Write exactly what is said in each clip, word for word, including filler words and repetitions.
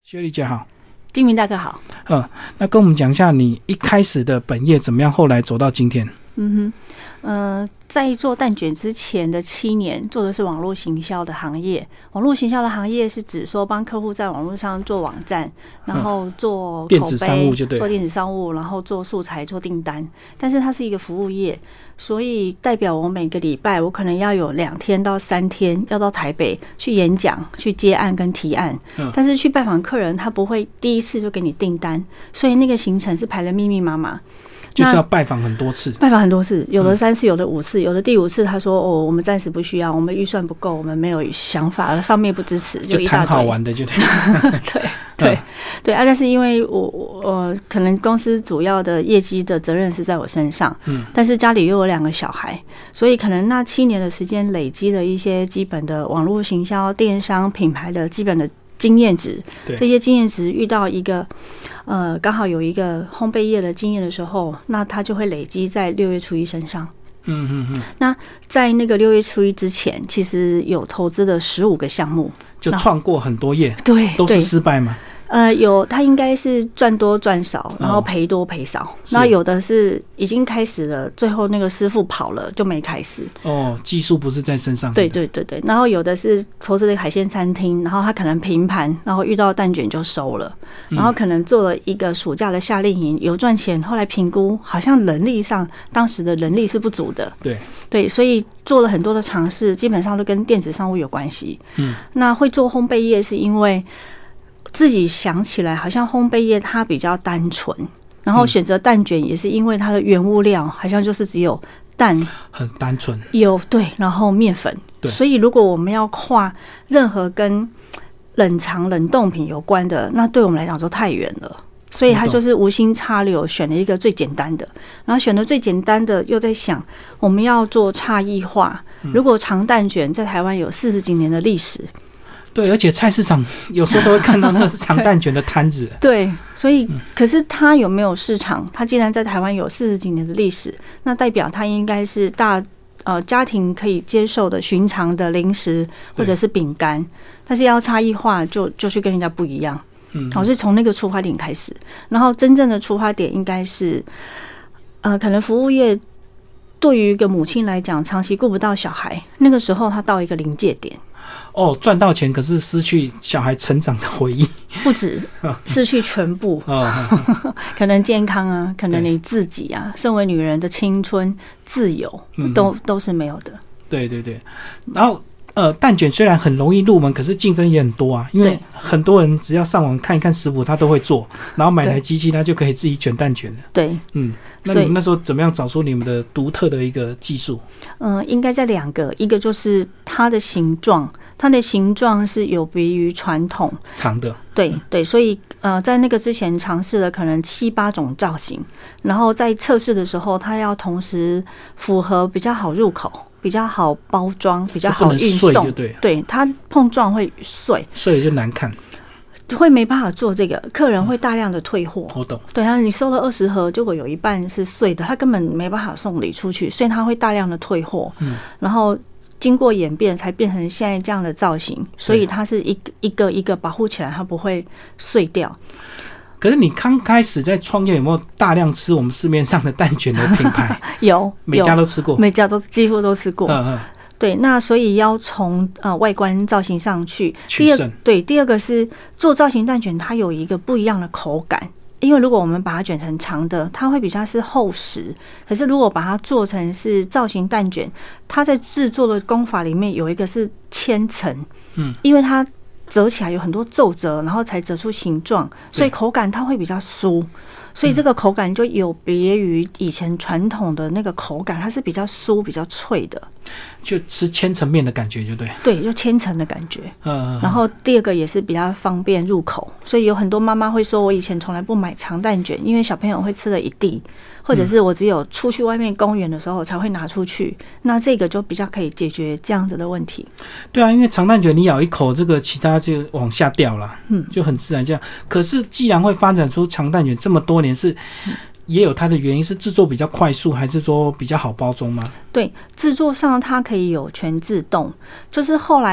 薛丽姐好。 金明大哥好。 嗯，那跟我们讲一下你一开始的本业怎么样，后来走到今天。 嗯哼，呃，在做蛋卷之前的七年，做的是网络行销的行业。网络行销的行业是指说帮客户在网络上做网站，然后做口碑、 电子商务就对， 做电子商务，然后做素材、做订单。但是它是一个服务业，所以代表我每个礼拜我可能要有两天到三天要到台北去演讲、去接案跟提案。嗯、但是去拜访客人，他不会第一次就给你订单，所以那个行程是排得密密麻麻。 就是要拜访很多次， 拜访很多次，有的三次，有的五次，有的第五次他说：“哦，我们暂时不需要，我们预算不够，我们没有想法，上面不支持。”就一大堆谈好玩的就对， 对对对啊！但是因为我我、呃、可能公司主要的业绩的责任是在我身上，嗯，但是家里又有两个小孩，所以可能那七年的时间累积了一些基本的网络行销、电商品牌的基本的经验值，这些经验值遇到一个呃刚好有一个烘焙业的经验的时候，那它就会累积在六月初一身上。嗯嗯嗯。那在那个六月初一之前，其实有投资的十五个项目， 就创过很多业， 对， 都是失败吗？ 呃，有，它应该是赚多赚少，然后赔多赔少。那、哦、有的是已经开始了，最后那个师傅跑了就没开始。 哦，技术不是在身上。 对对对对。然后有的是投资了海鲜餐厅，然后他可能平盘，然后遇到蛋卷就收了。然后可能做了一个暑假的夏令营，有赚钱，后来评估好像人力上当时的人力是不足的。 对对，所以做了很多的尝试，基本上都跟电子商务有关系。嗯，那会做烘焙业是因为自己想起来，好像烘焙业它比较单纯，然后选择蛋卷也是因为它的原物料好像就是只有蛋， 很单纯， 有对，然后面粉，所以如果我们要跨任何跟冷藏冷冻品有关的，那对我们来讲就太远了。所以他就是无心插柳，选了一个最简单的，然后选了最简单的，又在想我们要做差异化。如果长蛋卷在台湾有四十几年的历史。 对，而且菜市场有时候都会看到那个长蛋卷的摊子。 对，所以可是它有没有市场？它既然在台湾有四十几年的历史，那代表它应该是大呃家庭可以接受的寻常的零食或者是饼干，但是要差异化就就去跟人家不一样。嗯，我是从那个出发点开始，然后真正的出发点应该是呃，可能服务业对于一个母亲来讲，长期顾不到小孩，那个时候他到一个临界点。 哦，赚到钱，可是失去小孩成长的回忆， 不止失去全部，可能健康啊，可能你自己啊，身为女人的青春、自由，都都是没有的。 对对对，然后呃，蛋卷虽然很容易入门，可是竞争也很多啊，因为很多人只要上网看一看食谱，他都会做，然后买台机器，他就可以自己卷蛋卷了。 对， 嗯，那你们那时候怎么样找出你们的独特的一个技术？ 嗯、呃，应该在两个，一个就是它的形状。它的形状是有别于传统长的， 对对，所以呃，在那个之前尝试了可能七八种造型，然后在测试的时候，它要同时符合比较好入口、比较好包装、比较好运送， 就对， 对，它碰撞会碎， 碎了就难看， 会没办法做这个，客人会大量的退货。 我懂， 对，然后你收了二十盒，结果有一半是碎的，他根本没办法送礼出去，所以他会大量的退货，嗯，然后。经过演变才变成现在这样的造型，所以它是一个一个一个保护起来，它不会碎掉。 可是你刚开始在创业，有没有大量吃我们市面上的蛋卷的品牌？ 有， 每家都吃过， 每家都几乎都吃过。嗯嗯，对，那所以要从呃外观造型上去。 第二， 对，第二个是做造型蛋卷，它有一个不一样的口感。因为如果我们把它卷成长的，它会比较是厚实。可是如果把它做成是造型蛋卷，它在制作的工法里面有一个是千层，嗯，因为它折起来有很多皱褶，然后才折出形状，所以口感它会比较酥。所以这个口感就有别于以前传统的那个口感，它是比较酥、比较脆的， 就吃千层面的感觉，就对， 对，就千层的感觉。嗯，然后第二个也是比较方便入口，所以有很多妈妈会说，我以前从来不买长蛋卷，因为小朋友会吃了一地，或者是我只有出去外面公园的时候才会拿出去，那这个就比较可以解决这样子的问题。 对啊，因为长蛋卷你咬一口，这个其他就往下掉了，嗯，就很自然这样。可是既然会发展出长蛋卷这么多年，是也有它的原因，是制作比较快速，还是说比较好包装吗？ 对，制作上它可以有全自动，就是后来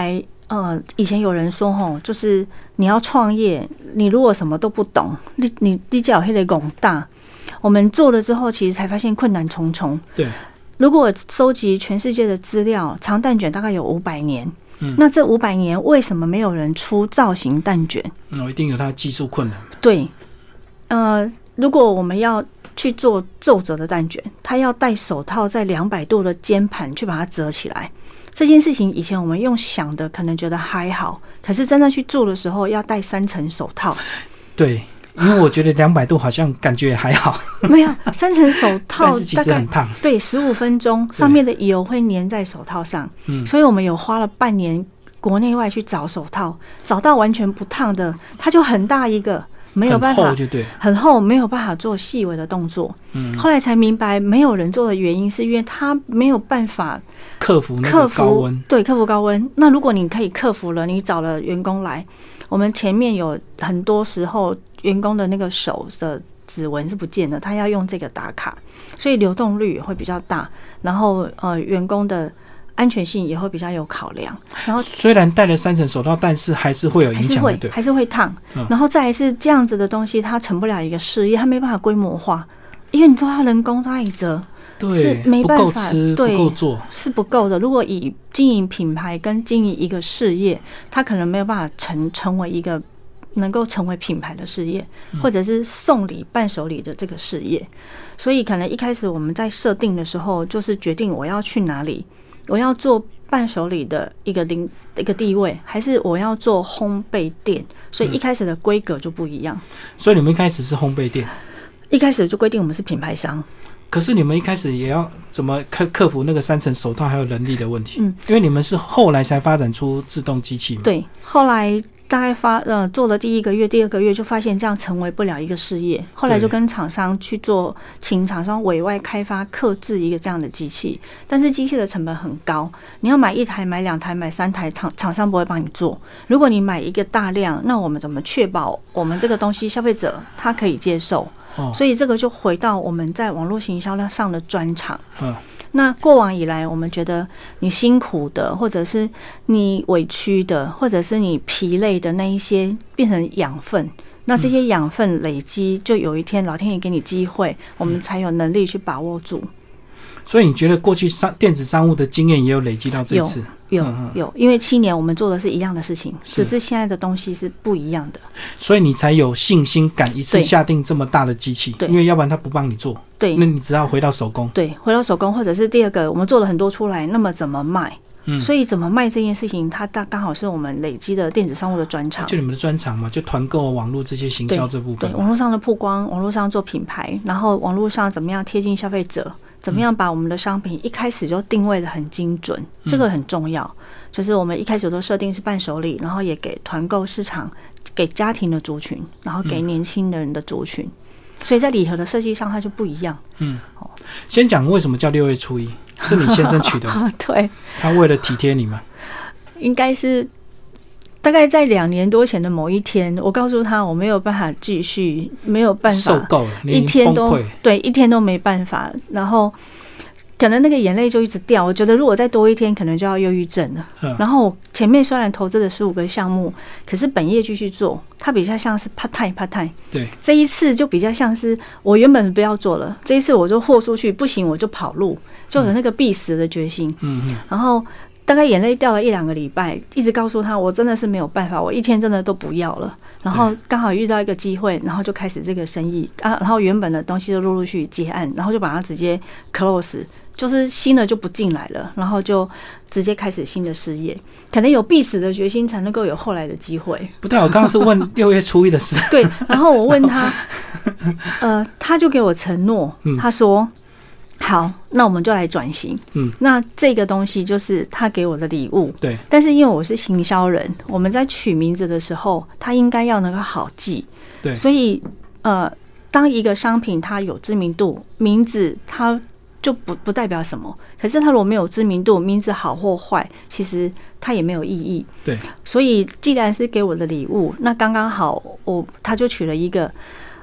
呃，以前有人说吼，就是你要创业，你如果什么都不懂，你你你脚黑的拱大，我们做了之后，其实才发现困难重重。 对， 如果收集全世界的资料，长蛋卷大概有五百年。嗯、那这五百年为什么没有人出造型蛋卷？ 嗯，一定有它的技术困难。 对，呃，如果我们要去做皱褶的蛋卷，它要戴手套，在两百度的煎盘去把它折起来。这件事情以前我们用想的可能觉得还好，可是真正去做的时候要戴三层手套。 对，因为我觉得两百度好像感觉还好， 没有三层手套， 但是其实很烫。 对，十五分钟，上面的油会粘在手套上，嗯，所以我们有花了半年国内外去找手套，找到完全不烫的，它就很大一个。没有办法， 很厚就对， 很厚，没有办法做细微的动作。嗯，后来才明白，没有人做的原因是因为他没有办法克服那个高温。 对，克服高温。那如果你可以克服了，你找了员工来，我们前面有很多时候员工的那个手的指纹是不见的，他要用这个打卡，所以流动率也会比较大。然后呃，员工的安全性也会比较有考量，然后虽然戴了三层手套，但是还是会有影响， 还是会还是会烫、嗯。然后再来是这样子的东西，它成不了一个事业，它没办法规模化，因为你说它人工它一折， 对， 是没办法， 不够吃，不够做， 是不够的。如果以经营品牌跟经营一个事业，它可能没有办法成成为一个能够成为品牌的事业，或者是送礼伴手礼的这个事业。所以可能一开始我们在设定的时候，就是决定我要去哪里。我要做伴手礼的一个零一个地位，还是我要做烘焙店？所以一开始的规格就不一样。 所以你们一开始是烘焙店， 一开始就规定我们是品牌商。 可是你们一开始也要怎么克克服那个三层手套还有人力的问题？嗯，因为你们是后来才发展出自动机器嘛。 对，后来。大概发呃做了第一个月、第二个月就发现这样成为不了一个事业，后来就跟厂商去做，请厂商委外开发、客制一个这样的机器，但是机器的成本很高，你要买一台、买两台、买三台，厂厂商不会帮你做。如果你买一个大量，那我们怎么确保我们这个东西消费者他可以接受？哦、所以这个就回到我们在网络行销上的专长。嗯。那过往以来，我们觉得你辛苦的，或者是你委屈的，或者是你疲累的那一些，变成养分。那这些养分累积，就有一天老天爷给你机会，我们才有能力去把握住。 所以你觉得过去商电子商务的经验也有累积到这次？ 有有有，因为七年我们做的是一样的事情，只是现在的东西是不一样的， 所以你才有信心敢一次下定这么大的机器。对，因为要不然他不帮你做，对，那你只要回到手工。 对，回到手工，或者是第二个，我们做了很多出来，那么怎么卖？嗯，所以怎么卖这件事情，它刚好是我们累积的电子商务的专长， 就你们的专长嘛，就团购、网络这些行销这部分。 对，网络上的曝光，网络上做品牌，然后网络上怎么样贴近消费者。怎么样把我们的商品一开始就定位的很精准，这个很重要。就是我们一开始都设定是伴手礼，然后也给团购市场，给家庭的族群，然后给年轻人的族群。所以在礼盒的设计上，它就不一样。嗯， 先讲为什么叫六月初一，是你先生取的吗？ 对， 他为了体贴你吗？ 应该是。大概在两年多前的某一天，我告诉他我没有办法继续，没有办法， 受够了， 一天都对，一天都没办法。然后可能那个眼泪就一直掉。我觉得如果再多一天，可能就要忧郁症了。嗯、然后前面虽然投资了十五个项目，可是本业继续做，它比较像是 part time part time。 对， 这一次就比较像是我原本不要做了，这一次我就豁出去，不行我就跑路，就有那个必死的决心。嗯嗯，然后。大概眼泪掉了一两个礼拜，一直告诉他我真的是没有办法，我一天真的都不要了。然后刚好遇到一个机会，然后就开始这个生意啊，然后原本的东西就陆陆续续结案，然后就把它直接 close， 就是新的就不进来了，然后就直接开始新的事业。可能有必死的决心，才能够有后来的机会。 不对，我刚刚是问六月初一的事。 对，然后我问他，呃，他就给我承诺，他说。好，那我们就来转型。嗯，那这个东西就是他给我的礼物。 对， 但是因为我是行销人，我们在取名字的时候，他应该要能够好记。 对， 所以呃，当一个商品它有知名度，名字它就不不代表什么。可是它如果没有知名度，名字好或坏，其实它也没有意义。 对， 所以既然是给我的礼物，那刚刚好，我他就取了一个。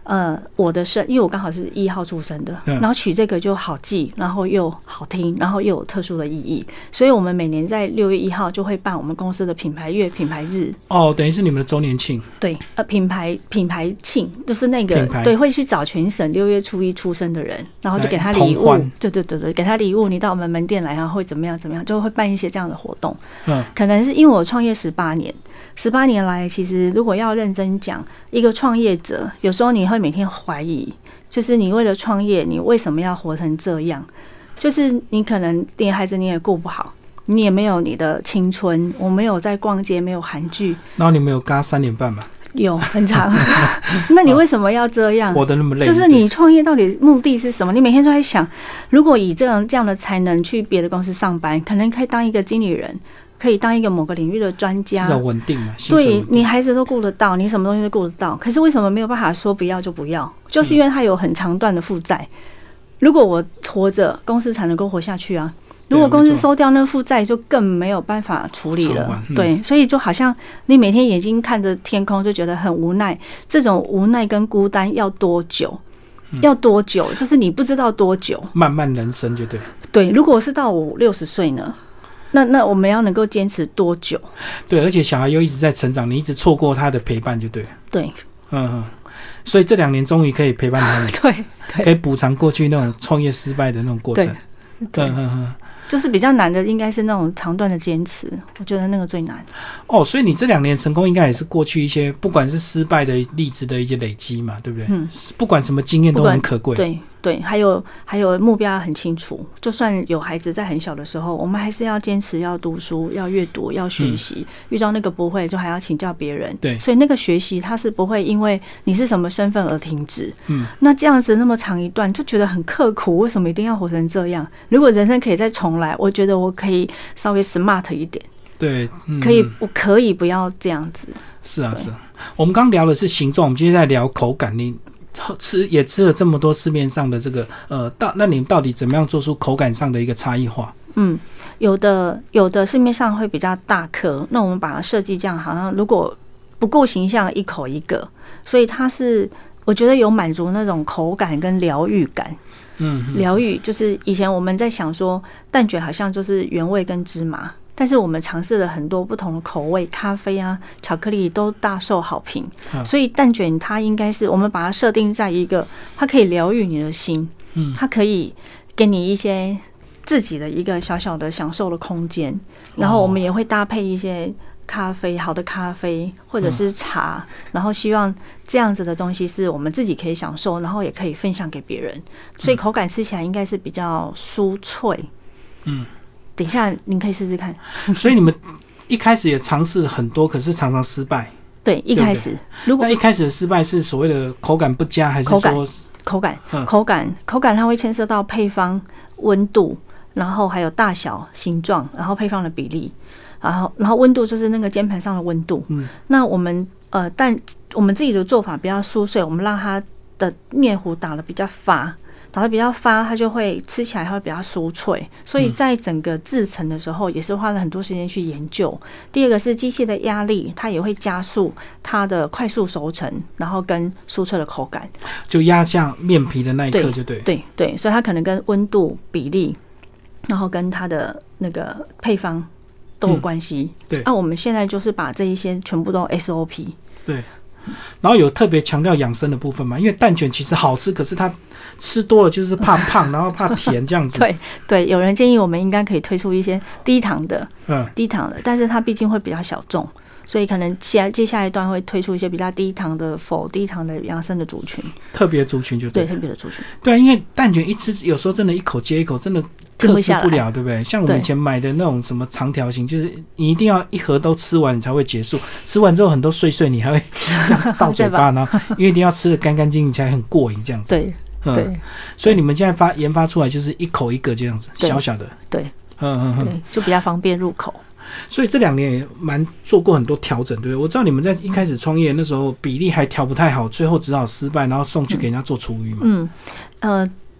呃，我的生，因为我刚好是一号出生的，然后取这个就好记，然后又好听，然后又有特殊的意义，所以我们每年在六月一号就会办我们公司的品牌月、品牌日。哦， 等于是你们的周年庆。 对，呃，品牌品牌庆就是那个对，会去找全省六月初一出生的人，然后就给他礼物。对对对对，给他礼物，你到我们门店来，然后会怎么样怎么样，就会办一些这样的活动。嗯，可能是因为我创业十八年。十八年来，其实如果要认真讲，一个创业者，有时候你会每天怀疑，就是你为了创业，你为什么要活成这样？就是你可能连孩子你也顾不好，你也没有你的青春，我没有在逛街，没有韩剧。 然后你没有嘎三点半吗？ 有很长。那你为什么要这样？ 活得那么累？ 就是你创业到底目的是什么？你每天都在想，如果以这样这样的才能去别的公司上班，可能可以当一个经理人。可以当一个某个领域的专家， 至少稳定嘛。 对，你孩子都顾得到，你什么东西都顾得到。可是为什么没有办法说不要就不要？就是因为他有很长段的负债。如果我活着，公司才能够活下去啊。如果公司收掉那负债，就更没有办法处理了。嗯、对，所以就好像你每天眼睛看着天空，就觉得很无奈。这种无奈跟孤单要多久？嗯、要多久？就是你不知道多久。 漫漫人生就对。 对，如果是到我六十岁呢？那那我们要能够坚持多久？ 对，而且小孩又一直在成长，你一直错过他的陪伴就对了。 对， 嗯嗯，所以这两年终于可以陪伴他们， 对， 可以补偿过去那种创业失败的那种过程。 对，嗯嗯嗯。就是比较难的应该是那种长段的坚持，我觉得那个最难。 哦，所以你这两年成功应该也是过去一些不管是失败的例子的一些累积嘛，对不对？嗯，不管什么经验都很可贵。 对对，还有还有目标很清楚，就算有孩子在很小的时候，我们还是要坚持要读书、要阅读、要学习。嗯、遇到那个不会，就还要请教别人。 对， 所以那个学习它是不会因为你是什么身份而停止。嗯，那这样子那么长一段就觉得很刻苦，为什么一定要活成这样？如果人生可以再重来，我觉得我可以稍微 smart 一点。 对，嗯、 可以，我可以不要这样子。 是啊，是啊。我们刚聊的是形状，我们今天在聊口感。你吃也吃了这么多市面上的这个呃，到那你们到底怎么样做出口感上的一个差异化？ 嗯，有的有的市面上会比较大颗，那我们把它设计这样，好像如果不够形象，一口一个，所以它是我觉得有满足那种口感跟疗愈感。嗯，疗愈就是以前我们在想说蛋卷好像就是原味跟芝麻。但是我们尝试了很多不同的口味，咖啡啊、巧克力都大受好评。啊、所以蛋卷它应该是我们把它设定在一个，它可以疗愈你的心，嗯，它可以给你一些自己的一个小小的享受的空间。然后我们也会搭配一些咖啡，好的咖啡或者是茶，嗯、然后希望这样子的东西是我们自己可以享受，然后也可以分享给别人。所以口感吃起来应该是比较酥脆，嗯。等一下，您可以试试看。 所以你们一开始也尝试很多，可是常常失败。 对，一开始，如果那一开始的失败是所谓的口感不佳，还是说口感、嗯、口感、口感，它会牵涉到配方、温度，然后还有大小、形状，然后配方的比例，然后然后温度就是那个煎盘上的温度。嗯，那我们呃，但我们自己的做法比较酥脆，我们让它的面糊打得比较发。打得比较发，它就会吃起来会比较酥脆，所以在整个制成的时候也是花了很多时间去研究。第二个是机器的压力，它也会加速它的快速熟成，然后跟酥脆的口感。 就压向面皮的那一刻就对。 对 对, 对，所以它可能跟温度比例，然后跟它的那个配方都有关系。嗯、对，那、啊、我们现在就是把这一些全部都 S O P。 对。然后有特别强调养生的部分嘛，因为蛋卷其实好吃，可是它吃多了就是怕胖，然后怕甜这样子。 对对，有人建议我们应该可以推出一些低糖的，嗯，低糖的，但是它毕竟会比较小众，所以可能接接下一段会推出一些比较低糖的、否低糖的养生的族群， 特别族群就对， 对特别的族群。 对，因为蛋卷一吃，有时候真的一口接一口，真的克制不了，对不对？像我们以前买的那种什么长条形，就是你一定要一盒都吃完你才会结束，吃完之后很多碎碎，你还会这样倒嘴巴，然后因为一定要吃得干干净净才很过瘾这样子。对。嗯、对，所以你们现在发研发出来就是一口一个这样子，小小的， 对，嗯嗯嗯，对，就比较方便入口。 所以这两年也蛮做过很多调整，对不对？我知道你们在一开始创业那时候比例还调不太好，最后只好失败，然后送去给人家做厨余嘛。 嗯，呃，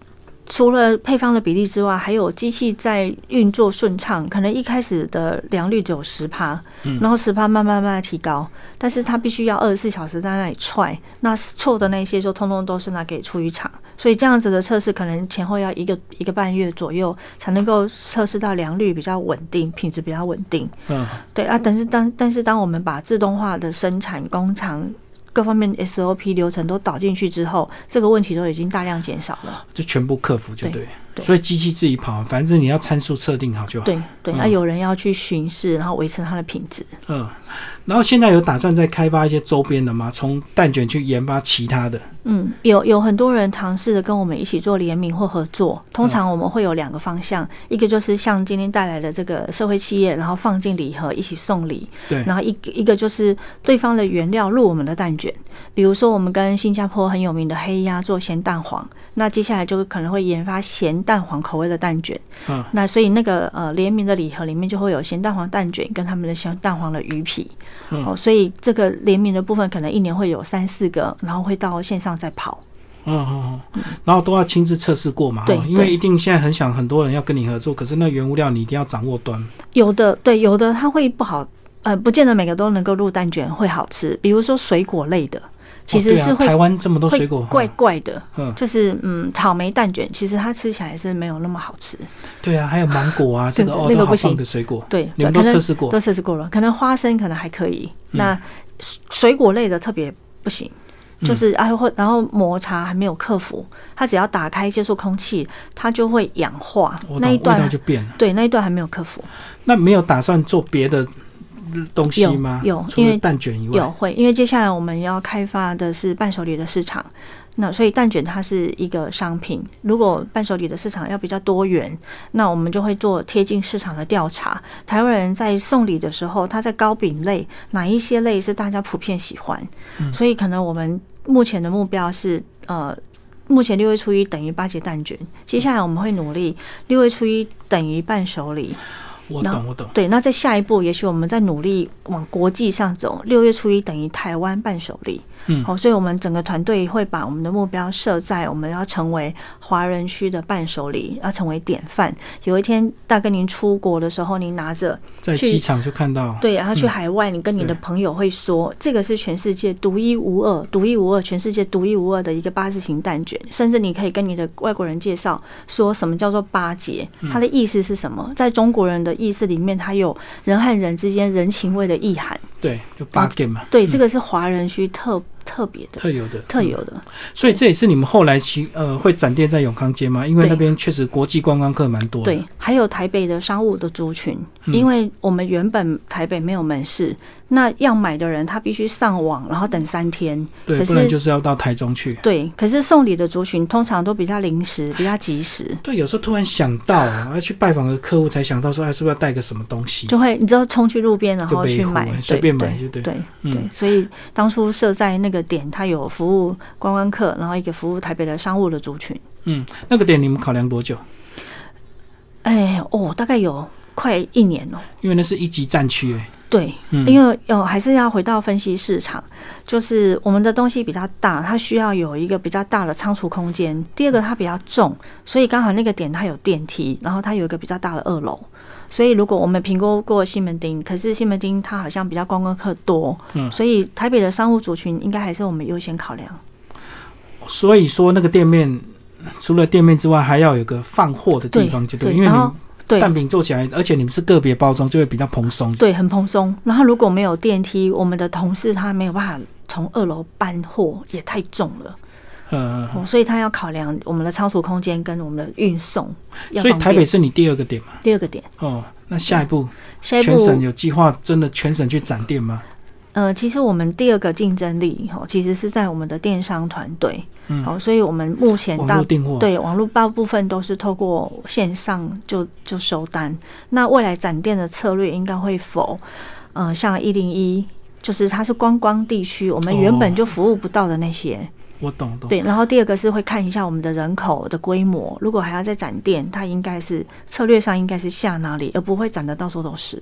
除了配方的比例之外，还有机器在运作顺畅，可能一开始的良率只有十趴，然后十趴慢慢慢慢提高，但是它必须要二十四小时在那里踹，那错的那些就通通都是拿给出于厂，所以这样子的测试可能前后要一个一个半月左右才能够测试到良率比较稳定，品质比较稳定。嗯，对啊，但是当但是当我们把自动化的生产工厂各方面 S O P 流程都导进去之后，这个问题都已经大量减少了， 就全部克服就 对, 对，所以机器自己跑，反正你要参数测定好就好。 对对，那、嗯啊、有人要去巡视，然后维持它的品质。 嗯，然后现在有打算再开发一些周边的吗？从蛋卷去研发其他的？ 嗯，有有很多人尝试着跟我们一起做联名或合作。通常我们会有两个方向，嗯、一个就是像今天带来的这个社会企业，然后放进礼盒一起送礼。对，然后一一个就是对方的原料入我们的蛋卷，比如说我们跟新加坡很有名的黑鸭做咸蛋黄，那接下来就可能会研发咸蛋黄口味的蛋卷。嗯，那所以那个呃联名的礼盒里面就会有咸蛋黄蛋卷跟他们的咸蛋黄的鱼皮。嗯、哦，所以这个联名的部分可能一年会有三四个，然后会到线上再跑。 嗯嗯嗯，然后都要亲自测试过嘛，对，因为一定现在很想很多人要跟你合作，可是那原物料你一定要掌握端。 有的对，有的它会不好，呃，不见得每个都能够入蛋卷会好吃。比如说水果类的，其实是会、 哦啊、台湾这么多水果怪怪的，嗯，就是嗯草莓蛋卷，其实它吃起来是没有那么好吃。 对啊，还有芒果啊，这个哦那个不行的水果， 对， 你们都测试过， 都测试过了。可能花生可能还可以，嗯、那水果类的特别不行。就是啊，或然后摩擦还没有克服，它只要打开接触空气，它就会氧化，那一段味道就变了。 对，那一段还没有克服。 那没有打算做别的东西吗？ 有，有除了蛋卷以外， 有会，因为接下来我们要开发的是伴手礼的市场。那所以蛋卷它是一个商品，如果伴手礼的市场要比较多元，那我们就会做贴近市场的调查。台湾人在送礼的时候，他在糕饼类哪一些类是大家普遍喜欢？嗯、所以可能我们目前的目标是，呃，目前六月初一等于八节蛋卷，接下来我们会努力六月初一等于伴手礼。 我懂，我懂。 对，那在下一步，也许我们在努力往国际上走，六月初一等于台湾伴手礼。嗯，好，所以我们整个团队会把我们的目标设在我们要成为华人区的伴手礼，要成为典范。有一天，大概您出国的时候，您拿着在机场就看到， 对，然后去海外，你跟你的朋友会说，嗯、这个是全世界独一无二、独一无二、全世界独一无二的一个八字形蛋卷。甚至你可以跟你的外国人介绍，说什么叫做八节，它的意思是什么？在中国人的意思里面，它有人和人之间人情味的意涵。 对，就八件嘛。 对，这个是华人区特。特别的、 特有的、 特有的、嗯， 所以这也是你们后来其呃会展店在永康街吗？因为那边确实国际观光客蛮多的。 对，还有台北的商务的族群，嗯、因为我们原本台北没有门市，那要买的人他必须上网，然后等三天。 对，不然就是要到台中去。 对，可是送礼的族群通常都比较临时、比较及时。 对，有时候突然想到啊，要去拜访个客户才想到说，哎，是不是要带个什么东西？ 就会你知道冲去路边，然后去买， 随便买就对。 对对、嗯、所以当初设在那个点，它有服务观光客，然后一个服务台北的商务的族群。 嗯，那个点你们考量多久？ 哎哦，大概有快一年了。 因为那是一级战区哎。 对，嗯、因为有还是要回到分析市场，就是我们的东西比较大，它需要有一个比较大的仓储空间。第二个，它比较重，所以刚好那个点它有电梯，然后它有一个比较大的二楼。所以如果我们评估过西门町，可是西门町它好像比较观光客多，嗯，所以台北的商务族群应该还是我们优先考量。 所以说那个店面除了店面之外，还要有个放货的地方，就对，因为你们蛋饼做起来，而且你们是个别包装，就会比较蓬松。 对，很蓬松。然后如果没有电梯，我们的同事他没有办法从二楼搬货，也太重了。嗯、哦，所以他要考量我们的仓储空间跟我们的运送。 所以台北是你第二个点吗？ 第二个点。哦， 那下一步， 下一步全省有计划真的全省去展店吗？ 呃，其实我们第二个竞争力哦，其实是在我们的电商团队。嗯，好，所以我们目前大网络订货对网络大部分都是透过线上就就收单。那未来展店的策略应该会否呃像一零一，就是它是观光地区，我们原本就服务不到的那些。哦， 我懂懂。 对，然后第二个是会看一下我们的人口的规模，如果还要再展店，它应该是策略上应该是下哪里，而不会展得到处都是。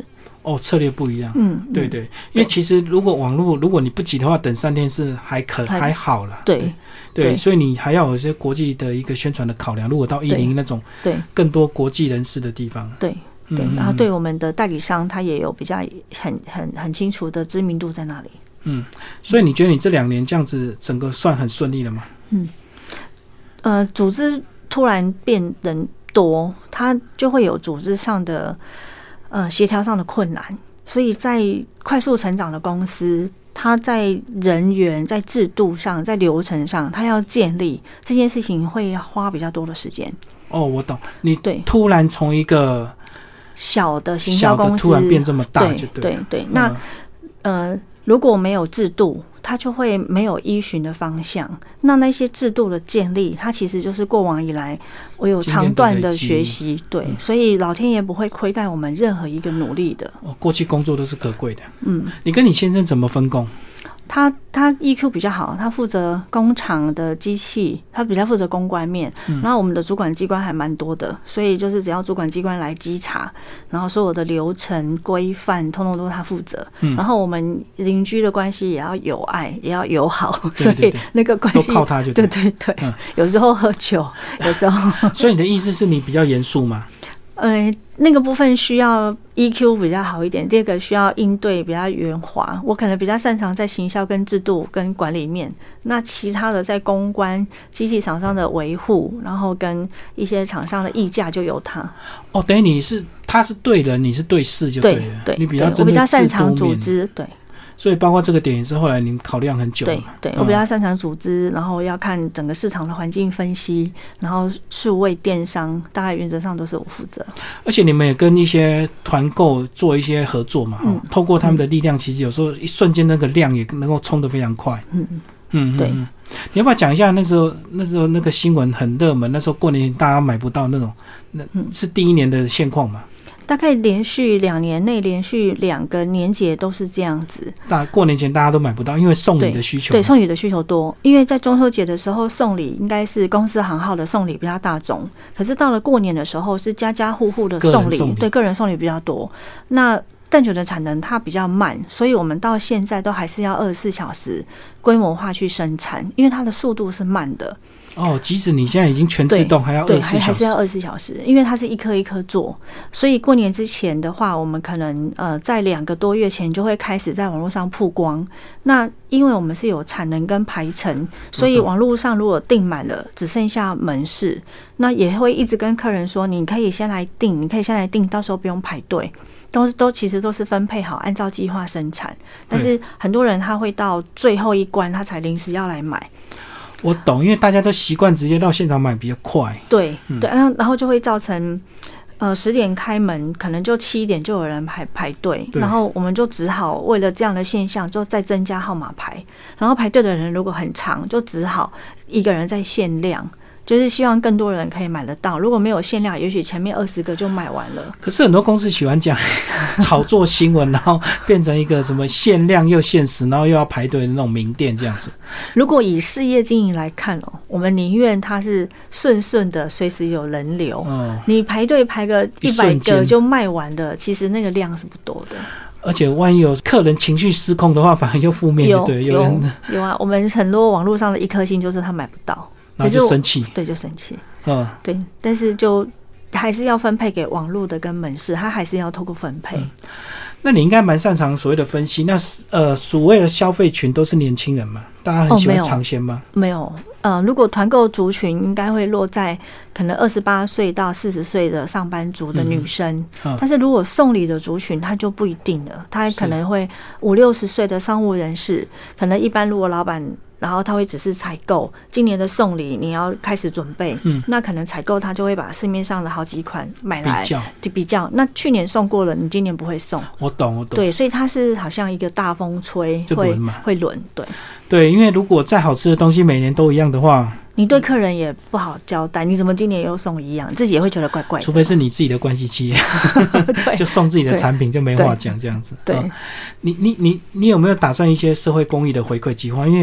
哦，策略不一样。嗯，对对，因为其实如果网络如果你不急的话，等三天是还可还, 还好啦。 对对, 对, 对，所以你还要有一些国际的一个宣传的考量。如果到一零一那种对更多国际人士的地方， 对对，然后对我们的代理商，他也有比较很很很清楚的知名度在那里。 嗯，所以你觉得你这两年这样子整个算很顺利了吗？ 嗯，呃，组织突然变人多，它就会有组织上的呃协调上的困难，所以在快速成长的公司，它在人员、在制度上、在流程上，它要建立这件事情会花比较多的时间。 哦，我懂，你突然从一个小的行销公司突然变这么大就对， 对对对。那、嗯、呃，如果没有制度，它就会没有依循的方向。那那些制度的建立，它其实就是过往以来我有长段的学习，对、嗯，所以老天爷不会亏待我们任何一个努力的。 哦，过去工作都是可贵的。嗯，你跟你先生怎么分工？ 他他 E Q 比较好，他负责工厂的机器，他比较负责公关面、嗯、然后我们的主管机关还蛮多的，所以就是只要主管机关来稽查，然后所有的流程规范通通都是他负责、嗯、然后我们邻居的关系也要有爱也要友好， 对对对， 所以那个关系都靠他就对， 对对对、嗯、有时候喝酒有时候所以你的意思是你比较严肃吗？ 呃，那个部分需要 E Q 比较好一点，第二个需要应对比较圆滑，我可能比较擅长在行销跟制度跟管理面，那其他的在公关机器厂商的维护，然后跟一些厂商的议价就由他。 哦，等于你是他是对人，你是对事就对了。 对对， 你比较我比较擅长组织，对。 所以包括这个点也是后来您考量很久了。 对对，我比较擅长组织、嗯，然后要看整个市场的环境分析，然后数位电商大概原则上都是我负责。 而且你们也跟一些团购做一些合作嘛，嗯、透过他们的力量，其实有时候一瞬间那个量也能够冲得非常快。嗯嗯，对。你要不要讲一下那时候那时候那个新闻很热门，那时候过年大家买不到那种，那是第一年的现况嘛？ 大概连续两年内，连续两个年节都是这样子。 大过年前大家都买不到，因为送礼的需求。 对，对送礼的需求多。因为在中秋节的时候送礼，应该是公司行号的送礼比较大众。可是到了过年的时候，是家家户户的送礼，对个人送礼比较多。那蛋卷的产能它比较慢，所以我们到现在都还是要二十四小时规模化去生产，因为它的速度是慢的。 哦，即使你现在已经全自动，还要二十四小时，对， 还是要二十四小时，因为它是一颗一颗做，所以过年之前的话，我们可能呃在两个多月前就会开始在网络上曝光。那因为我们是有产能跟排程，所以网络上如果订满了，只剩下门市，那也会一直跟客人说，你可以先来订，你可以先来订，到时候不用排队，都都其实都是分配好，按照计划生产。但是很多人他会到最后一关，他才临时要来买。 我懂，因为大家都习惯直接到现场买比较快。 对、嗯、对，然后就会造成呃十点开门，可能就七点就有人排排队，然后我们就只好为了这样的现象，就再增加号码牌。然后排队的人如果很长，就只好一个人在限量。就是希望更多人可以买得到，如果没有限量，也许前面二十个就卖完了。 可是很多公司喜欢讲炒作新闻，然后变成一个什么限量又限时，然后又要排队的那种名店这样子。 如果以事业经营来看哦，我们宁愿它是顺顺的，随时有人流。嗯，你排队排个一百个就卖完的，其实那个量是不多的。 而且万一有客人情绪失控的话，反而又负面。 有对， 有人有啊，我们很多网络上的一颗星就是他买不到。 然后就生气， 对，就生气，嗯，对，但是就还是要分配给网络的跟门市，他还是要透过分配。嗯、 那你应该蛮擅长所谓的分析。那呃，所谓的消费群都是年轻人嘛？大家很喜欢尝鲜吗？ 哦、没有，呃，如果团购族群应该会落在可能二十八岁到四十岁的上班族的女生、嗯嗯，但是如果送礼的族群，他就不一定了，他可能会五六十岁的商务人士，可能一般如果老板。然后他会只是采购今年的送礼，你要开始准备，嗯，那可能采购他就会把市面上的好几款买来比较，就比较。那去年送过了，你今年不会送， 我懂，我懂。 对，所以它是好像一个大风吹，会会轮，对对，因为如果再好吃的东西每年都一样的话， 你对客人也不好交代，你怎么今年又送一样，自己也会觉得怪怪的。 除非是你自己的关系企业，就送自己的产品就没话讲这样子。 对，对你你你你有没有打算一些社会公益的回馈计划？因为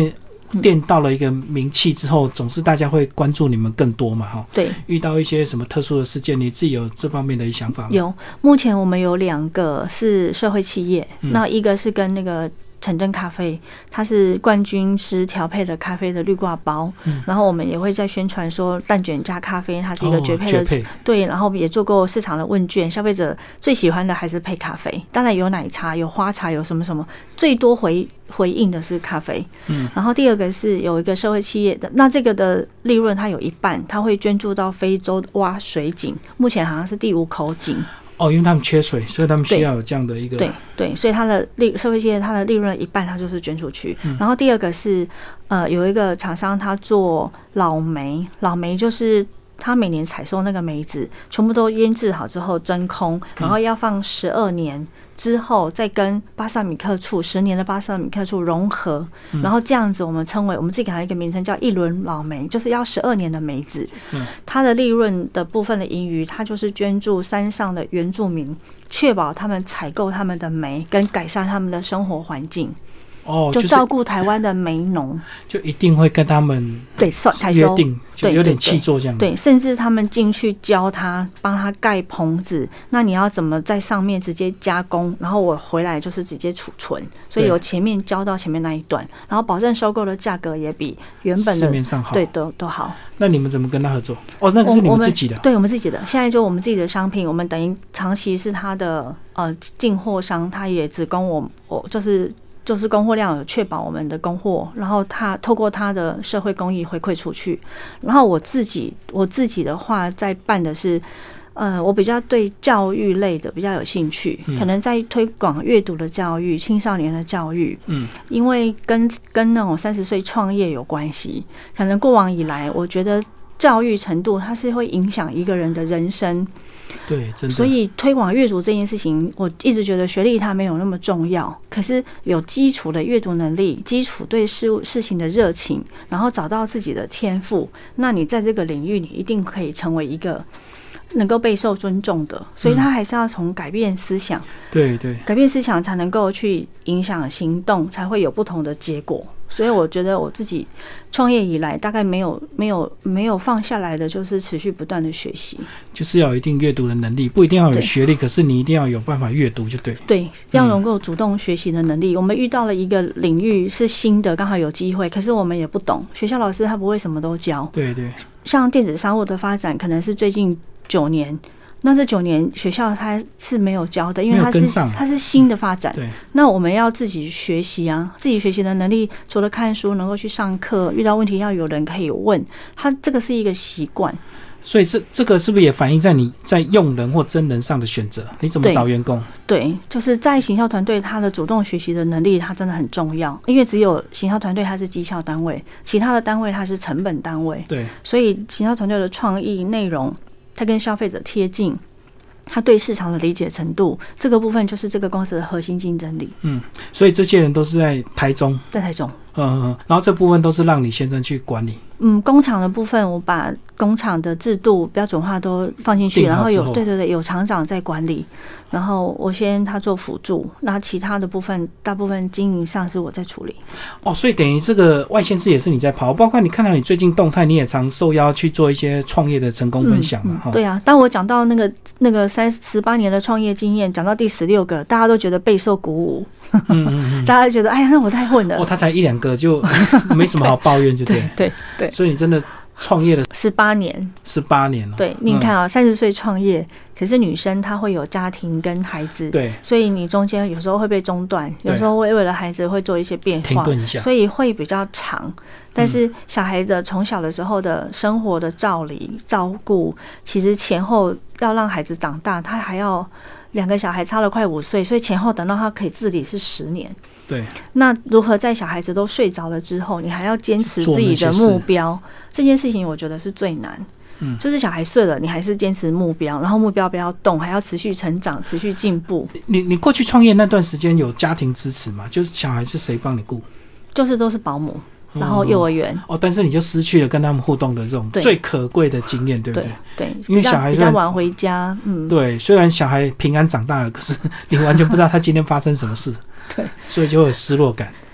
店到了一个名气之后，总是大家会关注你们更多嘛，哈。 对， 遇到一些什么特殊的事件，你自己有这方面的想法吗？ 有，目前我们有两个是社会企业，嗯、那一个是跟那个城镇咖啡，它是冠军师调配的咖啡的绿挂包，嗯、然后我们也会在宣传说蛋卷加咖啡，它是一个绝配的，哦、绝配对，然后也做过市场的问卷，消费者最喜欢的还是配咖啡，当然有奶茶、有花茶、有什么什么，最多回回应的是咖啡。嗯，然后第二个是有一个社会企业的，那这个的利润它有一半，它会捐助到非洲挖水井，目前好像是第五口井。 哦，因为他们缺水，所以他们需要有这样的一个对对，所以它的利社会企业它的利润一半，它就是捐出去。嗯、然后第二个是呃，有一个厂商他做老梅，老梅就是他每年采收那个梅子，全部都腌制好之后真空，然后要放十二年。之后再跟巴萨米克醋十年的巴萨米克醋融合，嗯、然后这样子我们称为我们自己给它一个名称叫一轮老梅，就是要十二年的梅子。嗯、它的利润的部分的盈余，它就是捐助山上的原住民，确保他们采购他们的梅跟改善他们的生活环境。哦，就照顾台湾的梅农， 就一定会跟他们对采收约定，就有点契作这样。 对，甚至他们进去教他，帮他盖棚子。那你要怎么在上面直接加工？然后我回来就是直接储存，所以有前面教到前面那一段，然后保证收购的价格也比原本的市面上好， 对，都都好。 那你们怎么跟他合作？哦，那个是你们自己的， 对我们自己的。现在就我们自己的商品，我们等于长期是他的呃进货商，他也只供我我就是。就是供货量有确保我们的供货，然后他透过他的社会公益回馈出去。然后我自己我自己的话，在办的是，呃，我比较对教育类的比较有兴趣，嗯、可能在推广阅读的教育、青少年的教育，嗯，因为跟跟那种三十岁创业有关系。可能过往以来，我觉得教育程度它是会影响一个人的人生。 对，真的。 所以推广阅读这件事情，我一直觉得学历它没有那么重要，可是有基础的阅读能力，基础对事物事情的热情，然后找到自己的天赋，那你在这个领域，你一定可以成为一个能够备受尊重的。所以他还是要从改变思想， 对对， 改变思想才能够去影响行动，才会有不同的结果。所以我觉得我自己创业以来，大概没有没有没有放下来的，就是持续不断的学习， 就是要有一定阅读的能力，不一定要有学历，可是你一定要有办法阅读就对。 对，要能够主动学习的能力。嗯、我们遇到了一个领域是新的，刚好有机会，可是我们也不懂，学校老师他不会什么都教。 对对， 像电子商务的发展，可能是最近九年。那这九年学校它是没有教的，因为它是它是新的发展。对，那我们要自己学习啊，自己学习的能力，除了看书，能够去上课，遇到问题要有人可以问，它这个是一个习惯。 所以这这个是不是也反映在你在用人或真人上的选择？你怎么找员工？ 对，就是在行销团队，他的主动学习的能力，它真的很重要。因为只有行销团队它是绩效单位，其他的单位它是成本单位。 对， 所以行销团队的创意内容，它跟消费者贴近，他对市场的理解程度，这个部分就是这个公司的核心竞争力。嗯， 所以这些人都是在台中， 在台中。 嗯，然后这部分都是让你先生去管理。 嗯，工厂的部分，我把工厂的制度标准化都放进去，然后有对对对，有厂长在管理，然后我先他做辅助，那其他的部分大部分经营上是我在处理。 哦，所以等于这个外县市也是你在跑，包括你看到你最近动态，你也常受邀去做一些创业的成功分享嘛？ 嗯嗯、对啊，当我讲到那个那个三十八年的创业经验，讲到第十六个，大家都觉得备受鼓舞。嗯嗯嗯，大家觉得哎呀，那我太混了。 哦，他才一两个就没什么好抱怨，就对对对对。 所以你真的创业了十八年， 十八年了。 对，你看啊，三十岁创业，可是女生她会有家庭跟孩子， 对， 所以你中间有时候会被中断，有时候会为了孩子会做一些变化， 停顿一下， 所以会比较长。但是小孩子从小的时候的生活的照理照顾，其实前后要让孩子长大，他还要。两个小孩差了快五岁，所以前后等到他可以自理是十年。 对， 那如何在小孩子都睡着了之后，你还要坚持自己的目标？这件事情我觉得是最难。嗯，就是小孩睡了，你还是坚持目标，然后目标不要动，还要持续成长、持续进步。 你你过去创业那段时间有家庭支持吗？就是小孩是谁帮你顾？ 就是都是保姆。然后幼儿园哦, 哦，但是你就失去了跟他们互动的这种最可贵的经验，对不对？ 对，对， 因为小孩比较晚回家，嗯， 对，虽然小孩平安长大了，可是你完全不知道他今天发生什么事， 对， 所以就会有失落感。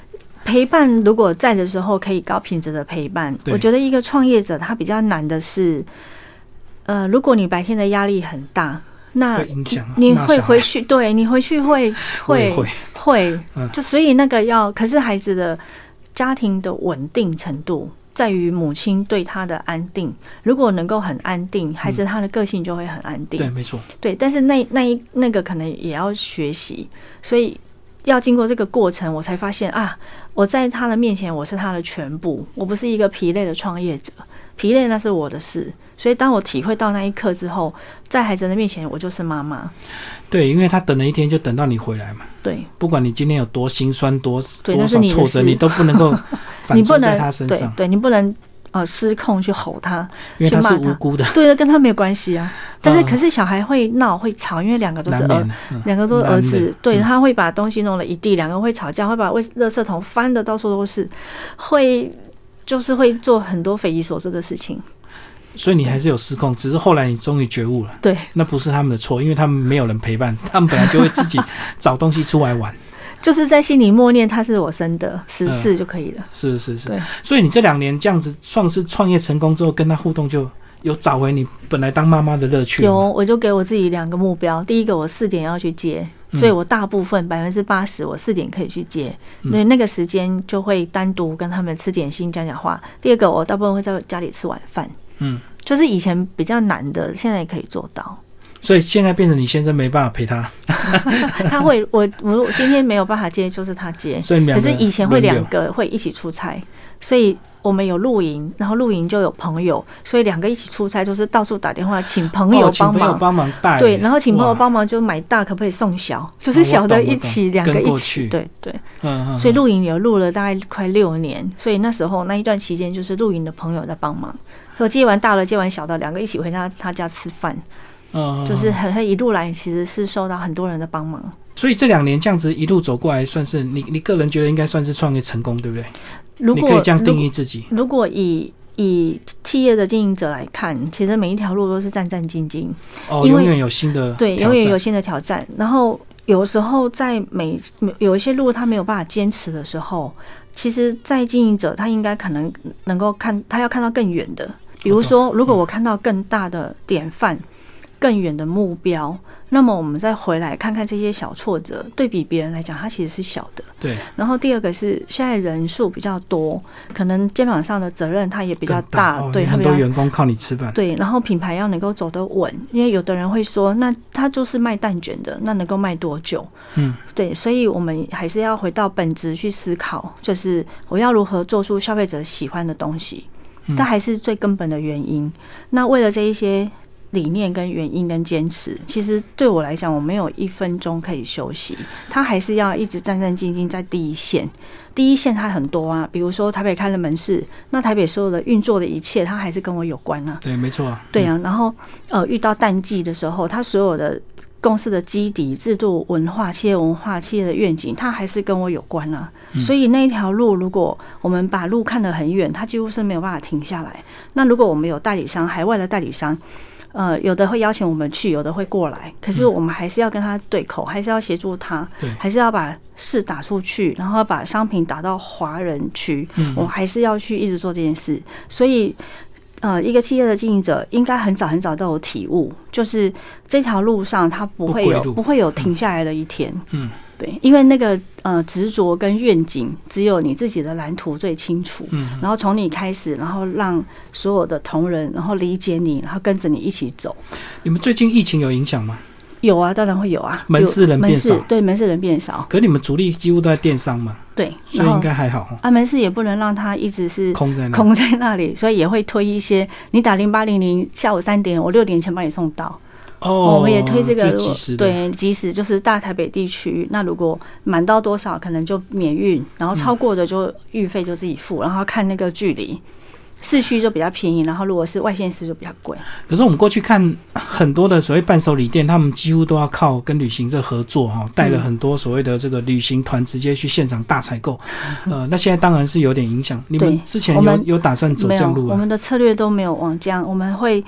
陪伴如果在的时候可以高品质的陪伴，我觉得一个创业者他比较难的是，呃，如果你白天的压力很大，那你会回去，对你回去会会会会，就所以那个要，可是孩子的家庭的稳定程度在于母亲对他的安定，如果能够很安定，孩子他的个性就会很安定。 对，没错。 对，但是那那一那个可能也要学习，所以要经过这个过程，我才发现啊，我在他的面前我是他的全部，我不是一个疲累的创业者，疲累那是我的事。所以当我体会到那一刻之后，在孩子的面前我就是妈妈。 对，因为他等了一天就等到你回来嘛。 对， 不管你今天有多心酸多多少挫折，你都不能够反映在他身上。 对，对，你不能呃失控去吼他， 因为他是无辜的。 对，跟他没有关系啊。但是可是小孩会闹会吵，因为两个都是儿，两个都是儿子，对，他会把东西弄了一地，两个会吵架，会把垃圾桶翻的到处都是，会就是会做很多匪夷所思的事情。 所以你还是有失控，只是后来你终于觉悟了。 对， 那不是他们的错，因为他们没有人陪伴，他们本来就会自己找东西出来玩。 就是在心里默念他是我生的，十次就可以了。 嗯、是是是。所以你这两年这样子创是创业成功之后，跟他互动就有找回你本来当妈妈的乐趣。 有，我就给我自己两个目标，第一个我四点要去接。所以我大部分百分之八十我四点可以去接，所以那个时间就会单独跟他们吃点心讲讲话。第二个我大部分会在家里吃晚饭，嗯，就是以前比较难的，现在也可以做到。 所以现在变成你先生没办法陪他， 他会我我今天没有办法接，就是他接。 所以可是以前会两个会一起出差，所以我们有露营，然后露营就有朋友，所以两个一起出差，就是到处打电话请朋友帮忙， 哦、请朋友帮忙带。 对，然后请朋友帮忙就买大，可不可以送小？就是小的一起，两个一起。对对，嗯嗯。所以露营有录了大概快六年，所以那时候那一段期间就是露营的朋友在帮忙，所以接完大的接完小的，两个一起回家他家吃饭。嗯，就是很一路来其实是受到很多人的帮忙。 所以这两年这样子一路走过来，算是你你个人觉得应该算是创业成功，对不对？ 如果你可以这样定义自己。 如果以以企业的经营者来看，其实每一条路都是战战兢兢， 哦，永远有新的对，永远有新的挑战。然后有时候在每有一些路他没有办法坚持的时候，其实，在经营者他应该可能能够看，他要看到更远的。比如说，如果我看到更大的典范。更远的目标，那么我们再回来看看这些小挫折，对比别人来讲，它其实是小的。 对。 然后第二个是现在人数比较多，可能肩膀上的责任它也比较大， 大对， 很多员工靠你吃饭。 对，然后品牌要能够走得稳，因为有的人会说，那他就是卖蛋卷的，那能够卖多久？嗯，对，所以我们还是要回到本质去思考，就是我要如何做出消费者喜欢的东西，这还是最根本的原因。那为了这一些。理念跟原因跟坚持，其实对我来讲，我没有一分钟可以休息，他还是要一直战战兢兢在第一线。第一线它很多啊，比如说台北开了门市，那台北所有的运作的一切，它还是跟我有关啊。 对，没错啊。 对啊，然后呃，遇到淡季的时候，它所有的公司的基底、制度、文化、企业文化、企业的愿景，它还是跟我有关啊。嗯、所以那一条路，如果我们把路看得很远，它几乎是没有办法停下来。那如果我们有代理商，海外的代理商。呃，有的会邀请我们去，有的会过来，可是我们还是要跟他对口，还是要协助他，还是要把事打出去，然后把商品打到华人区，嗯、我们还是要去一直做这件事。所以，呃，一个企业的经营者应该很早很早都有体悟，就是这条路上他不会有 不, 不会有停下来的一天。嗯。对，因为那个呃执着跟愿景，只有你自己的蓝图最清楚。嗯，然后从你开始，然后让所有的同仁，然后理解你，然后跟着你一起走。 你们最近疫情有影响吗？ 有啊，当然会有啊。 门市人变少， 对，门市人变少。 可是你们主力几乎都在电商嘛？ 对， 所以应该还好。 啊，门市也不能让它一直是空在那空在那里，所以也会推一些，你打零八零零，下午三点，我六点前帮你送到。 哦， 我们也推这个， 即时对，即时就是大台北地区。那如果满到多少，可能就免运，然后超过的就运费就自己付，然后看那个距离。市区就比较便宜，然后如果是外县市就比较贵。可是我们过去看很多的所谓伴手礼店，他们几乎都要靠跟旅行社合作哈，带了很多所谓的这个旅行团直接去现场大采购。呃，那现在当然是有点影响。你们之前有有打算走这样路吗？ 我们的策略都没有往这样，我们会。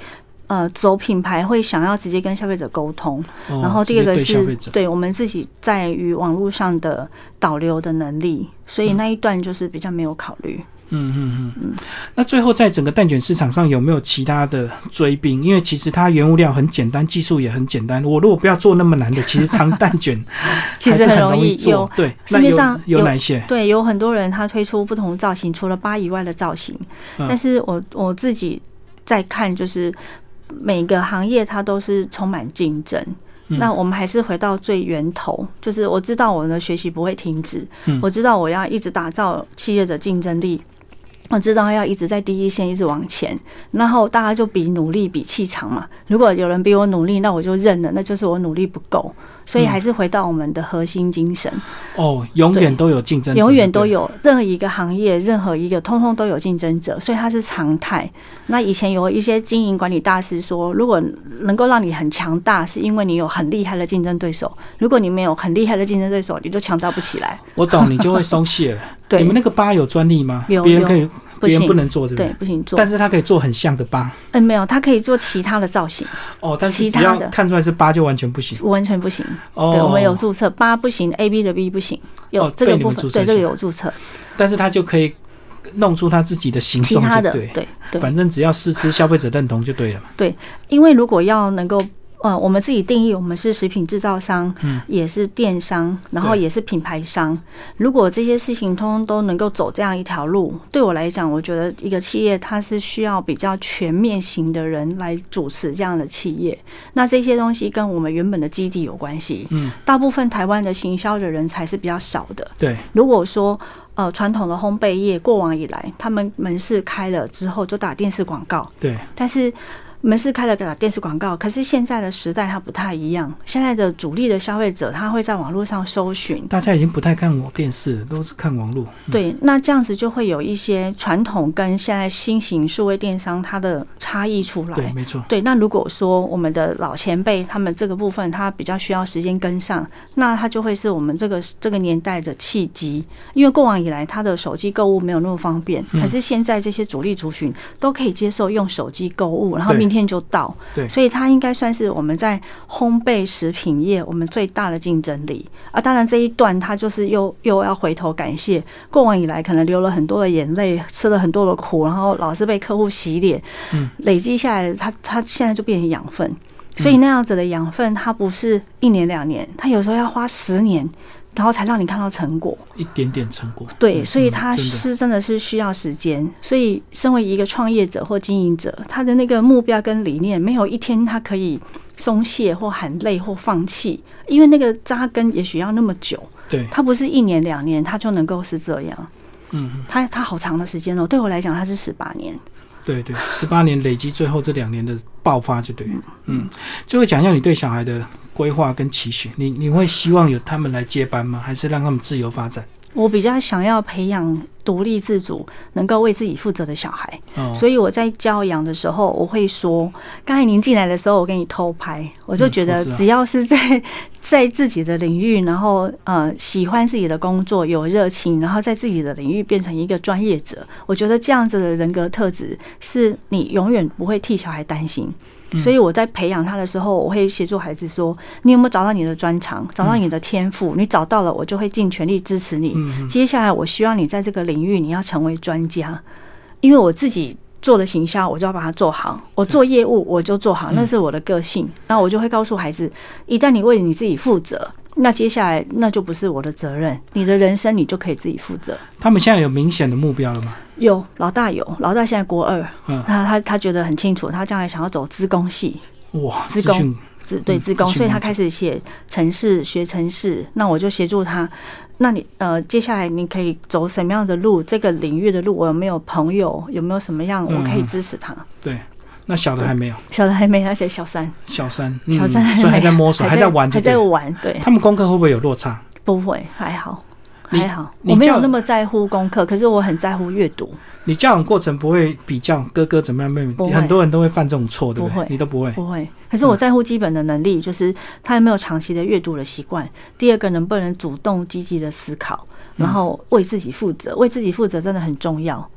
呃走品牌会想要直接跟消费者沟通， 哦、 然后第二个是对, 对我们自己在于网络上的导流的能力，所以那一段就是比较没有考虑。 嗯嗯嗯，那最后在整个蛋卷市场上有没有其他的追兵？因为其实它原物料很简单，技术也很简单。我如果不要做那么难的，其实长蛋卷其实很容易做。 对， 市面上有, 有哪一些？ 对，有很多人他推出不同造型，除了八以外的造型。嗯、但是我我自己在看，就是每个行业它都是充满竞争。嗯、那我们还是回到最源头，就是我知道我的学习不会停止，嗯、我知道我要一直打造企业的竞争力。我知道要一直在第一线一直往前，然后大家就比努力比气场嘛。如果有人比我努力，那我就认了，那就是我努力不够。所以还是回到我们的核心精神。 嗯、哦，永远都有竞争者， 永远都有任何一个行业，任何一个通通都有竞争者，所以它是常态。那以前有一些经营管理大师说，如果能够让你很强大，是因为你有很厉害的竞争对手；如果你没有很厉害的竞争对手，你就强大不起来。 我懂，你就会松懈了。对，你们那个八有专利吗？ 有， 别人可以。 别人不能做，对不对？ 对，不行做。 但是他可以做很像的八。 嗯，没有，他可以做其他的造型。 哦，但是只要看出来是八就完全不行。 完全不行。 哦， 对，我们有注册，八不行 ，A B 的 B 不行，有这个部分，对，这个有注册。 但是他就可以弄出他自己的形状， 其他的， 对对对。 反正只要试吃，消费者认同就对了嘛。 对，因为如果要能够。呃，我们自己定义，我们是食品制造商，嗯，也是电商，然后也是品牌商。如果这些事情通通都能够走这样一条路，对我来讲，我觉得一个企业它是需要比较全面型的人来主持这样的企业。那这些东西跟我们原本的基地有关系，嗯，大部分台湾的行销的人才是比较少的。 对， 如果说呃传统的烘焙业过往以来，他们门市开了之后就打电视广告， 对， 但是。门市开了打电视广告，可是现在的时代它不太一样。现在的主力的消费者，他会在网络上搜寻， 大家已经不太看电视，都是看网络。 嗯、对，那这样子就会有一些传统跟现在新型数位电商它的差异出来。 对，没错。 对，那如果说我们的老前辈他们这个部分，他比较需要时间跟上，那他就会是我们这个这个年代的契机。因为过往以来，他的手机购物没有那么方便，嗯、可是现在这些主力族群都可以接受用手机购物，然后明天就到， 对， 所以它应该算是我们在烘焙食品业我们最大的竞争力啊。当然这一段它就是又又要回头感谢过往以来可能流了很多的眼泪，吃了很多的苦，然后老是被客户洗脸，嗯，累积下来，它它现在就变成养分。所以那样子的养分，它不是一年两年，它有时候要花十年。然后才让你看到成果， 一点点成果。 对，所以它是真的是需要时间。所以，身为一个创业者或经营者，他的那个目标跟理念，没有一天他可以松懈或喊累或放弃，因为那个扎根也许要那么久。 对， 它不是一年两年，它就能够是这样。 嗯， 它它好长的时间哦。对我来讲，它是十八年。 对对，十八年累积，最后这两年的爆发就对了。嗯，最后讲一下你对小孩的规划跟期许，你你会希望有他们来接班吗？还是让他们自由发展？ 我比较想要培养独立自主、能够为自己负责的小孩，哦、所以我在教养的时候，我会说，刚才您进来的时候，我给你偷拍，我就觉得只要是在在自己的领域，然后呃喜欢自己的工作，有热情，然后在自己的领域变成一个专业者，我觉得这样子的人格特质是你永远不会替小孩担心。所以我在培养他的时候，我会协助孩子说：你有没有找到你的专长，找到你的天赋？你找到了，我就会尽全力支持你。接下来，我希望你在这个领域你要成为专家，因为我自己做了行销，我就要把它做好；我做业务，我就做好，那是我的个性。那我就会告诉孩子：一旦你为你自己负责，那接下来那就不是我的责任，你的人生你就可以自己负责。 他们现在有明显的目标了吗？ 有，老大有，老大现在国二，嗯，他他他觉得很清楚，他将来想要走资工系， 哇， 资工，资对资工，所以他开始写程式，学程式，那我就协助他。那你呃，接下来你可以走什么样的路？这个领域的路，我有没有朋友？有没有什么样我可以支持他？ 嗯、对。那小的还没有， 小的还没有，而且小三， 小三， 嗯、小三还没， 所以还在摸索，还在玩， 还在玩。对， 他们功课会不会有落差？ 不会，还好，还好。我没有那么在乎功课，可是我很在乎阅读。 你教养过程不会比较哥哥怎么样，妹妹，很多人都会犯这种错，对不对？ 不会， 你都不会， 不会。可是我在乎基本的能力，就是他有没有长期的阅读的习惯。第二个，能不能主动积极的思考，然后为自己负责。为自己负责真的很重要。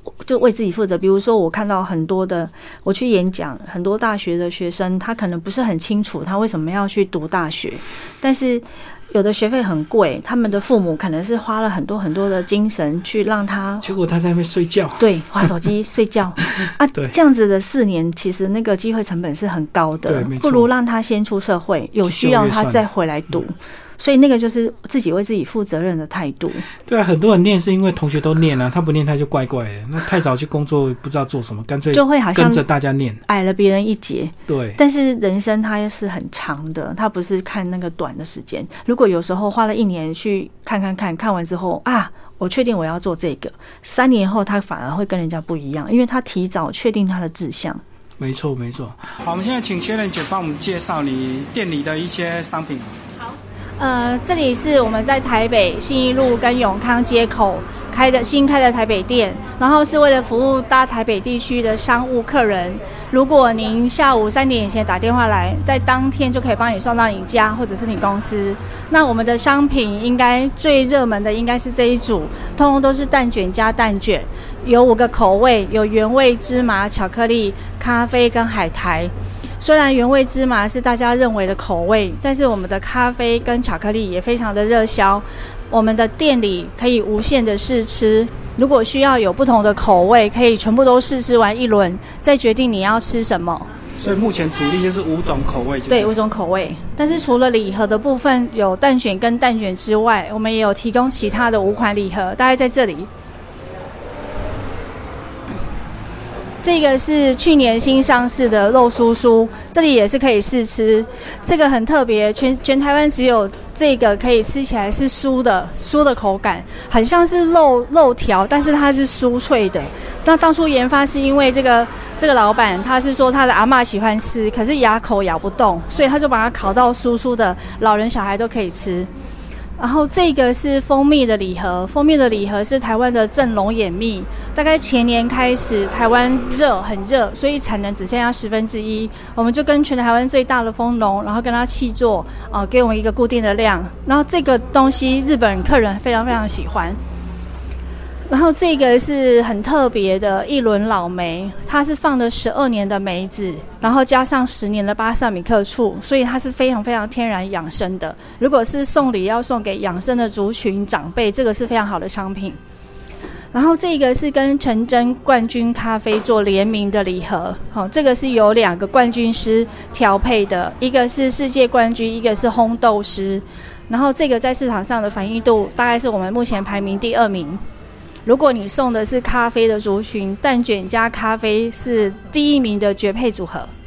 就为自己负责。比如说我看到很多的，我去演讲，很多大学的学生他可能不是很清楚他为什么要去读大学，但是有的学费很贵，他们的父母可能是花了很多很多的精神去让他， 结果他在那边睡觉， 对，滑手机睡觉啊，这样子的四年，其实那个机会成本是很高的，不如让他先出社会，有需要他再回来读。嗯，所以那个就是自己为自己负责任的态度。 对啊，很多人念是因为同学都念啊，他不念他就怪怪的。那太早去工作不知道做什么，干脆就会好像跟着大家念， 矮了别人一截。 对， 但是人生它是很长的，它不是看那个短的时间。如果有时候花了一年去看看看，看完之后啊，我确定我要做这个，三年后他反而会跟人家不一样，因为他提早确定他的志向。 没错没错。好，我们现在请薛仁姐帮我们介绍你店里的一些商品。 呃，这里是我们在台北信义路跟永康街口开的新开的台北店，然后是为了服务大台北地区的商务客人。如果您下午三点以前打电话来，在当天就可以帮你送到你家或者是你公司。那我们的商品应该最热门的应该是这一组，通通都是蛋卷加蛋卷，有五个口味，有原味、芝麻、巧克力、咖啡跟海苔。虽然原味芝麻是大家认为的口味，但是我们的咖啡跟巧克力也非常的热销。我们的店里可以无限的试吃，如果需要有不同的口味，可以全部都试吃完一轮，再决定你要吃什么。 所以目前主力就是五种口味。 对，五种口味。但是除了礼盒的部分有蛋卷跟蛋卷之外，我们也有提供其他的五款礼盒，大概在这里。这个是去年新上市的肉酥酥，这里也是可以试吃。这个很特别，全全台湾只有这个可以吃起来是酥的，酥的口感，很像是肉肉条，但是它是酥脆的。那当初研发是因为这个这个老板他是说他的阿嬷喜欢吃，可是牙口咬不动，所以他就把它烤到酥酥的，老人小孩都可以吃。然后这个是蜂蜜的礼盒，蜂蜜的礼盒是台湾的正龙眼蜜，大概前年开始台湾热很热，所以产能只剩下十分之一，我们就跟全台湾最大的蜂农，然后跟他契作，呃，给我们一个固定的量，然后这个东西日本客人非常非常喜欢。然后这个是很特别的一轮老梅，它是放了十二年的梅子，然后加上十年的巴萨米克醋，所以它是非常非常天然养生的。如果是送礼要送给养生的族群长辈，这个是非常好的商品。然后这个是跟陈真冠军咖啡做联名的礼盒，好，这个是由两个冠军师调配的，一个是世界冠军，一个是烘豆师。然后这个在市场上的反应度大概是我们目前排名第二名。如果你送的是咖啡的族群，蛋卷加咖啡是第一名的绝配组合。